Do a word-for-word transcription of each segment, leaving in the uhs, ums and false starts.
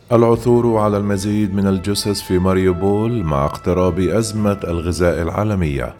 العثور على المزيد من الجثث في ماريوبول مع اقتراب أزمة الغذاء العالمية.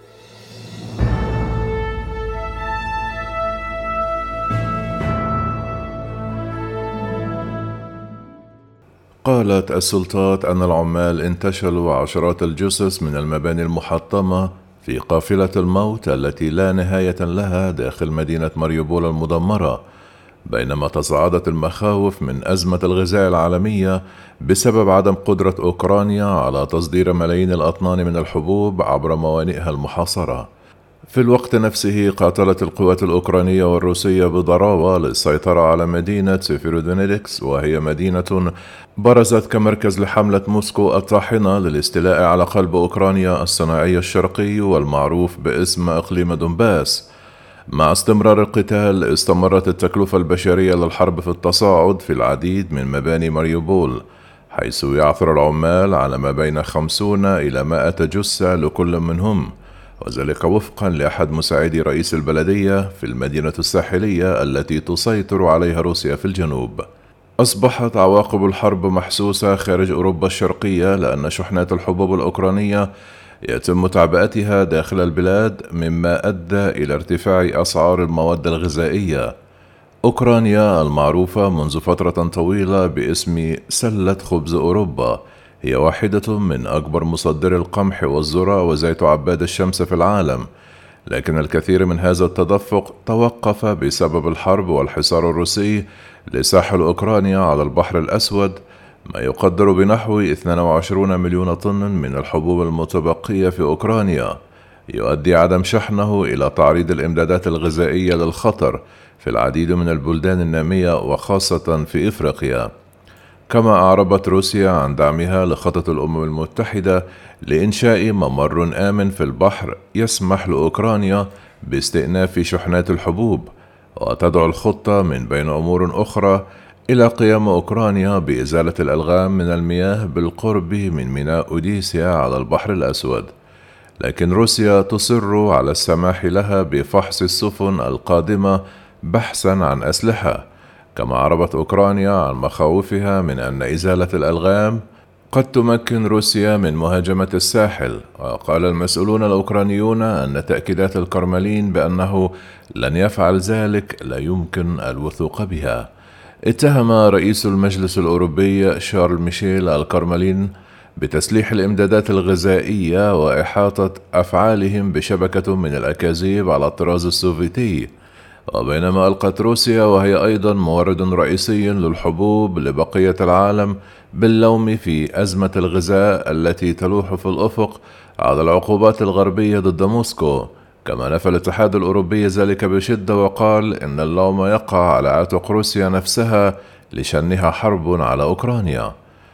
قالت السلطات أن العمال انتشلوا عشرات الجثث من المباني المحطمة في قافلة الموت التي لا نهاية لها داخل مدينة ماريوبول المدمرة، بينما تصاعدت المخاوف من أزمة الغذاء العالمية بسبب عدم قدرة أوكرانيا على تصدير ملايين الأطنان من الحبوب عبر موانئها المحاصرة. في الوقت نفسه قاتلت القوات الأوكرانية والروسية بضراوة للسيطرة على مدينة سيفيرودونيتسك، وهي مدينة برزت كمركز لحملة موسكو الطاحنة للاستيلاء على قلب أوكرانيا الصناعي الشرقي والمعروف باسم إقليم دونباس. مع استمرار القتال استمرت التكلفة البشرية للحرب في التصاعد في العديد من مباني ماريوبول، حيث يعثر العمال على ما بين خمسين إلى مائة جثة لكل منهم، وذلك وفقا لأحد مساعدي رئيس البلدية في المدينة الساحلية التي تسيطر عليها روسيا في الجنوب. أصبحت عواقب الحرب محسوسة خارج أوروبا الشرقية، لأن شحنات الحبوب الأوكرانية يتم تعبئتها داخل البلاد، مما أدى إلى ارتفاع أسعار المواد الغذائية. أوكرانيا المعروفة منذ فترة طويلة باسم سلة خبز أوروبا هي واحدة من أكبر مصدري القمح والذرة وزيت عباد الشمس في العالم، لكن الكثير من هذا التدفق توقف بسبب الحرب والحصار الروسي لساحل أوكرانيا على البحر الأسود، ما يقدر بنحو اثنين وعشرين مليون طن من الحبوب المتبقية في أوكرانيا. يؤدي عدم شحنه إلى تعريض الإمدادات الغذائية للخطر في العديد من البلدان النامية وخاصة في إفريقيا. كما أعربت روسيا عن دعمها لخطط الأمم المتحدة لإنشاء ممر آمن في البحر يسمح لأوكرانيا باستئناف شحنات الحبوب، وتدعو الخطة من بين أمور أخرى إلى قيام أوكرانيا بإزالة الألغام من المياه بالقرب من ميناء أوديسيا على البحر الأسود، لكن روسيا تصر على السماح لها بفحص السفن القادمة بحثا عن أسلحة. كما أعربت أوكرانيا عن مخاوفها من أن إزالة الألغام قد تمكن روسيا من مهاجمة الساحل، وقال المسؤولون الأوكرانيون أن تأكيدات الكرملين بأنه لن يفعل ذلك لا يمكن الوثوق بها. اتهم رئيس المجلس الأوروبي شارل ميشيل الكرملين بتسليح الإمدادات الغذائية وإحاطة أفعالهم بشبكة من الأكاذيب على الطراز السوفيتي. وبينما ألقت روسيا، وهي أيضا مورد رئيسي للحبوب لبقية العالم، باللوم في أزمة الغذاء التي تلوح في الأفق على العقوبات الغربية ضد موسكو. كما نفى الاتحاد الأوروبي ذلك بشدة وقال إن اللوم يقع على عاتق روسيا نفسها لشنها حرب على أوكرانيا.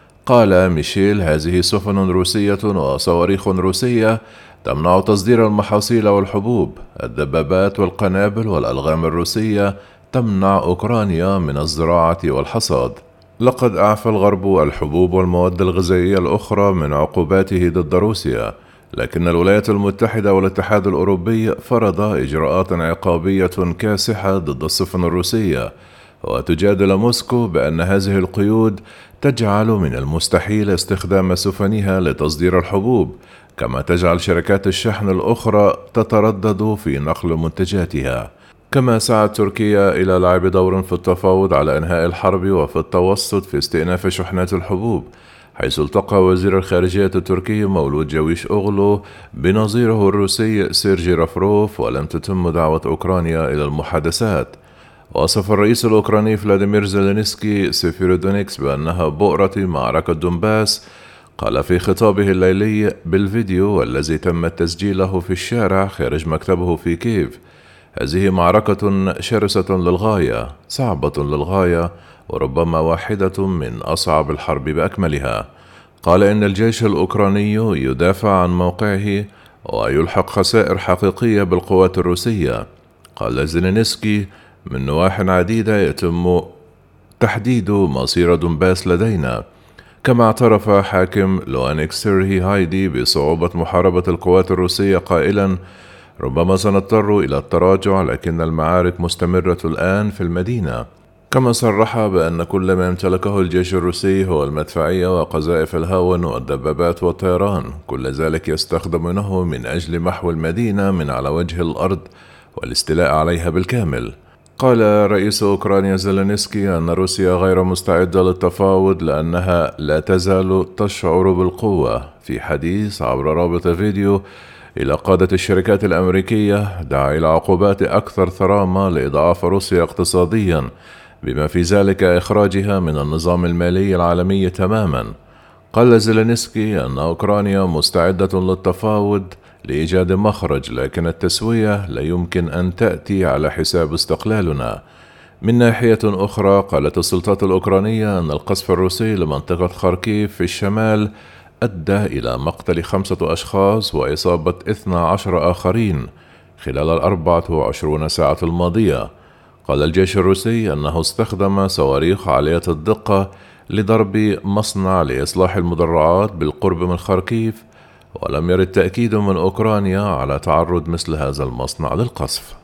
قال ميشيل: هذه سفن روسية وصواريخ روسية تمنع تصدير المحاصيل والحبوب. الدبابات والقنابل والألغام الروسية تمنع أوكرانيا من الزراعة والحصاد. لقد أعفى الغرب الحبوب والمواد الغذائية الأخرى من عقوباته ضد روسيا، لكن الولايات المتحدة والاتحاد الأوروبي فرض إجراءات عقابية كاسحة ضد السفن الروسية، وتجادل موسكو بأن هذه القيود تجعل من المستحيل استخدام سفنها لتصدير الحبوب، كما تجعل شركات الشحن الأخرى تتردد في نقل منتجاتها. كما سعت تركيا إلى لعب دور في التفاوض على إنهاء الحرب وفي التوسط في استئناف شحنات الحبوب، حيث التقى وزير الخارجية التركي مولود جاويش أوغلو بنظيره الروسي سيرجي رافروف، ولم تتم دعوة أوكرانيا إلى المحادثات. وصف الرئيس الأوكراني فلاديمير زيلينسكي سيفيرودونيتسك بأنها بؤرة معركة دونباس. قال في خطابه الليلي بالفيديو والذي تم تسجيله في الشارع خارج مكتبه في كييف: هذه معركة شرسة للغاية، صعبة للغاية، وربما واحدة من أصعب الحرب بأكملها. قال إن الجيش الأوكراني يدافع عن موقعه ويلحق خسائر حقيقية بالقوات الروسية. قال زيلينسكي: من نواح عديدة يتم تحديد مصير دونباس لدينا. كما اعترف حاكم لوانيك سيرهي هايدي بصعوبة محاربة القوات الروسية قائلا: ربما سنضطر إلى التراجع، لكن المعارك مستمرة الآن في المدينة. كما صرح بأن كل ما يمتلكه الجيش الروسي هو المدفعية وقذائف الهاون والدبابات والطيران، كل ذلك يستخدمونه من أجل محو المدينة من على وجه الأرض والاستيلاء عليها بالكامل. قال رئيس أوكرانيا زيلينسكي أن روسيا غير مستعدة للتفاوض لأنها لا تزال تشعر بالقوة. في حديث عبر رابط فيديو إلى قادة الشركات الأمريكية، دعا إلى عقوبات أكثر ثرامة لإضعاف روسيا اقتصاديا، بما في ذلك إخراجها من النظام المالي العالمي تماما. قال زيلينسكي أن أوكرانيا مستعدة للتفاوض لإيجاد مخرج، لكن التسوية لا يمكن أن تأتي على حساب استقلالنا. من ناحية أخرى، قالت السلطات الأوكرانية أن القصف الروسي لمنطقة خاركيف في الشمال أدى إلى مقتل خمسة أشخاص وإصابة اثني عشر آخرين خلال الأربعة وعشرين ساعة الماضية. قال الجيش الروسي أنه استخدم صواريخ عالية الدقة لضرب مصنع لإصلاح المدرعات بالقرب من خاركيف، ولم يرد تأكيد من أوكرانيا على تعرض مثل هذا المصنع للقصف.